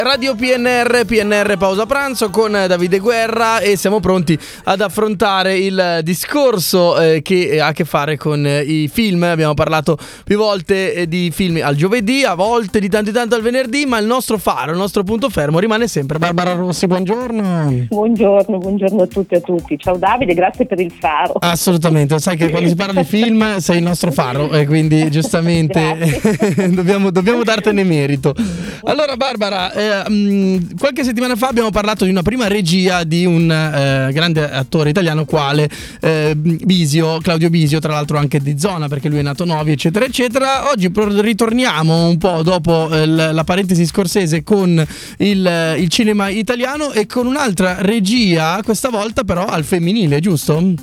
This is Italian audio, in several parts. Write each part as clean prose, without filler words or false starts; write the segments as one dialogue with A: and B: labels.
A: Radio PNR pausa pranzo con Davide Guerra e siamo pronti ad affrontare il discorso che ha a che fare con i film. Abbiamo parlato più volte di film al giovedì, a volte di tanto in tanto al venerdì, ma il nostro faro, il nostro punto fermo rimane sempre Barbara Rossi. Buongiorno.
B: Buongiorno a tutti e a tutti. Ciao Davide, grazie per il faro.
A: Assolutamente, sai che quando si parla di film sei il nostro faro e quindi giustamente dobbiamo dartene merito. Allora Barbara, qualche settimana fa abbiamo parlato di una prima regia di un grande attore italiano quale Claudio Bisio, tra l'altro anche di Zona perché lui è nato Novi eccetera eccetera. Oggi ritorniamo un po' dopo la parentesi scorsese con il cinema italiano e con un'altra regia, questa volta però al femminile, giusto?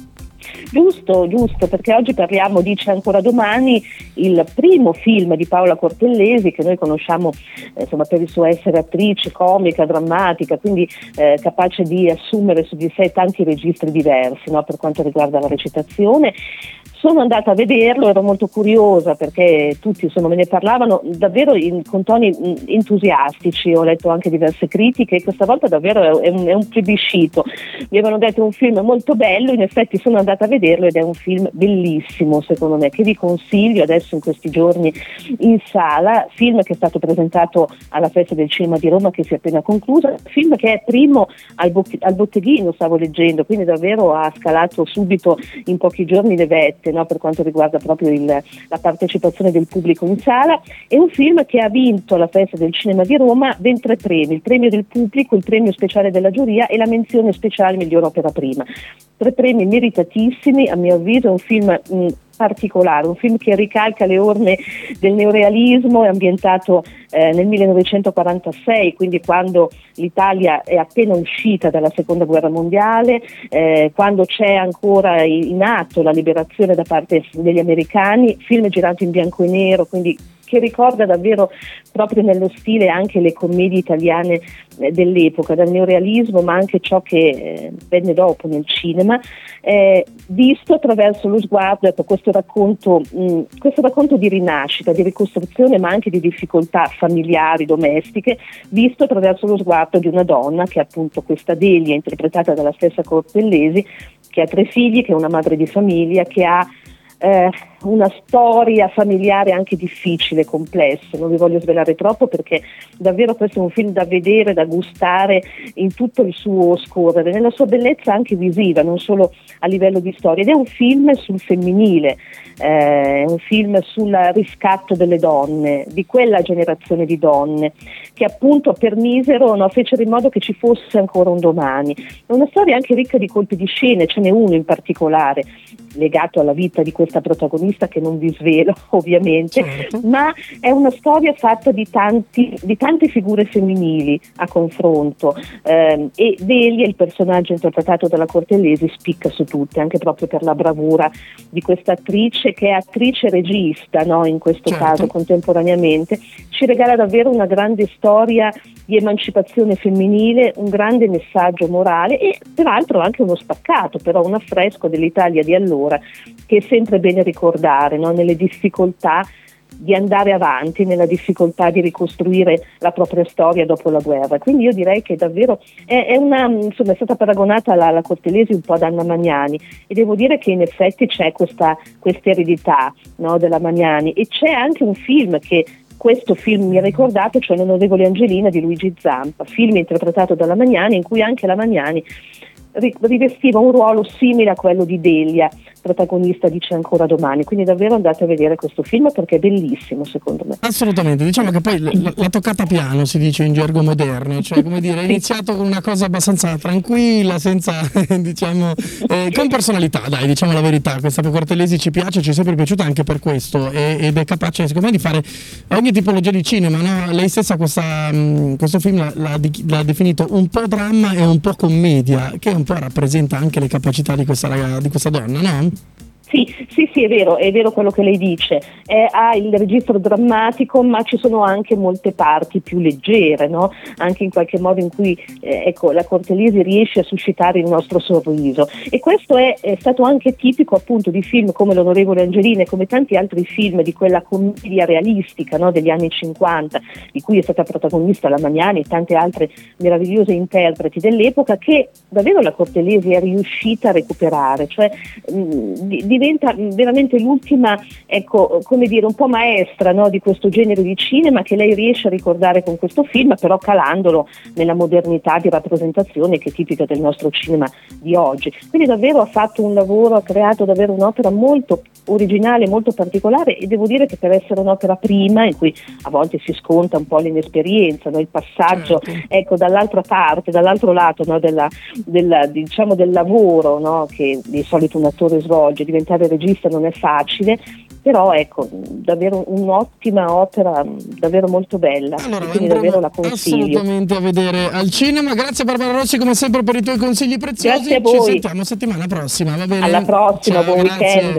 B: Giusto, perché oggi parliamo di C'è ancora domani, il primo film di Paola Cortellesi che noi conosciamo per il suo essere attrice, comica, drammatica, quindi capace di assumere su di sé tanti registri diversi, no, per quanto riguarda la recitazione. Sono andata a vederlo, ero molto curiosa perché tutti me ne parlavano davvero con toni entusiastici, ho letto anche diverse critiche e questa volta davvero è un plebiscito. Mi avevano detto un film molto bello, in effetti sono andata a vederlo ed è un film bellissimo secondo me, che vi consiglio adesso in questi giorni in sala, film che è stato presentato alla Festa del Cinema di Roma che si è appena conclusa, film che è primo al Botteghino, stavo leggendo, quindi davvero ha scalato subito in pochi giorni le vette, no, per quanto riguarda proprio la partecipazione del pubblico in sala. È un film che ha vinto alla Festa del Cinema di Roma ben 3 premi, il premio del pubblico, il premio speciale della giuria e la menzione speciale miglior opera prima. 3 premi meritatissimi, a mio avviso è un film particolare, un film che ricalca le orme del neorealismo, è ambientato nel 1946, quindi quando l'Italia è appena uscita dalla seconda guerra mondiale, quando c'è ancora in atto la liberazione da parte degli americani, film girato in bianco e nero, quindi che ricorda davvero proprio nello stile anche le commedie italiane dell'epoca, dal neorealismo ma anche ciò che venne dopo nel cinema, visto attraverso lo sguardo, ecco, questo racconto di rinascita, di ricostruzione ma anche di difficoltà familiari, domestiche, visto attraverso lo sguardo di una donna che è appunto questa Delia, interpretata dalla stessa Cortellesi, che ha 3 figli, che è una madre di famiglia, che ha una storia familiare anche difficile, complessa. Non vi voglio svelare troppo perché davvero questo è un film da vedere, da gustare in tutto il suo scorrere, nella sua bellezza anche visiva, non solo a livello di storia, ed è un film sul femminile, è un film sul riscatto delle donne, di quella generazione di donne che appunto permisero, no, fecero in modo che ci fosse ancora un domani. È una storia anche ricca di colpi di scena, ce n'è uno in particolare legato alla vita di questa protagonista che non vi svelo ovviamente, certo. Ma è una storia fatta di tante figure femminili a confronto, e Delia, il personaggio interpretato dalla Cortellesi, spicca su tutte, anche proprio per la bravura di questa attrice che è attrice e regista, no, in questo certo. caso contemporaneamente, ci regala davvero una grande storia di emancipazione femminile, un grande messaggio morale e peraltro anche uno spaccato, però un affresco dell'Italia di allora che è sempre bene ricordare, no? Nelle difficoltà di andare avanti, nella difficoltà di ricostruire la propria storia dopo la guerra. Quindi io direi che davvero è stata paragonata alla Cortellesi un po' ad Anna Magnani e devo dire che in effetti c'è questa eredità, no, della Magnani, e c'è anche un film che questo film mi ha ricordato, cioè L'onorevole Angelina di Luigi Zampa, film interpretato dalla Magnani in cui anche la Magnani rivestiva un ruolo simile a quello di Delia, protagonista di C'è ancora domani, quindi davvero andate a vedere questo film perché è bellissimo secondo me.
A: Assolutamente, diciamo che poi l'ha toccata piano, si dice in gergo moderno, cioè come dire, è iniziato con una cosa abbastanza tranquilla, senza diciamo con personalità, dai, diciamo la verità. Questa Cortellesi ci piace, ci è sempre piaciuta anche per questo ed è capace secondo me di fare ogni tipologia di cinema, no? Lei stessa questo film l'ha definito un po' dramma e un po' commedia, che un po' rappresenta anche le capacità di questa donna, no?
B: Sì, è vero quello che lei dice. Ha il registro drammatico, ma ci sono anche molte parti più leggere, no? Anche in qualche modo in cui la Cortellesi riesce a suscitare il nostro sorriso. E questo è stato anche tipico appunto di film come L'Onorevole Angelina e come tanti altri film di quella commedia realistica, no? Degli anni 50, di cui è stata protagonista la Magnani e tante altre meravigliose interpreti dell'epoca, che davvero la Cortellesi è riuscita a recuperare, cioè diventa veramente l'ultima, come dire, un po' maestra, no, di questo genere di cinema, che lei riesce a ricordare con questo film, però calandolo nella modernità di rappresentazione che è tipica del nostro cinema di oggi. Quindi davvero ha fatto un lavoro, ha creato davvero un'opera molto originale, molto particolare, e devo dire che per essere un'opera prima, in cui a volte si sconta un po' l'inesperienza, no, il passaggio dall'altra parte, dall'altro lato, no, diciamo del lavoro, no, che di solito un attore svolge, diventare regista non è facile, però davvero un'ottima opera, davvero molto bella,
A: allora,
B: quindi davvero la consiglio.
A: Assolutamente a vedere al cinema. Grazie Barbara Rossi come sempre per i tuoi consigli preziosi.
B: Grazie a voi.
A: Ci sentiamo settimana prossima, va bene?
B: Alla prossima,
A: Ciao,
B: buon
A: grazie.
B: weekend.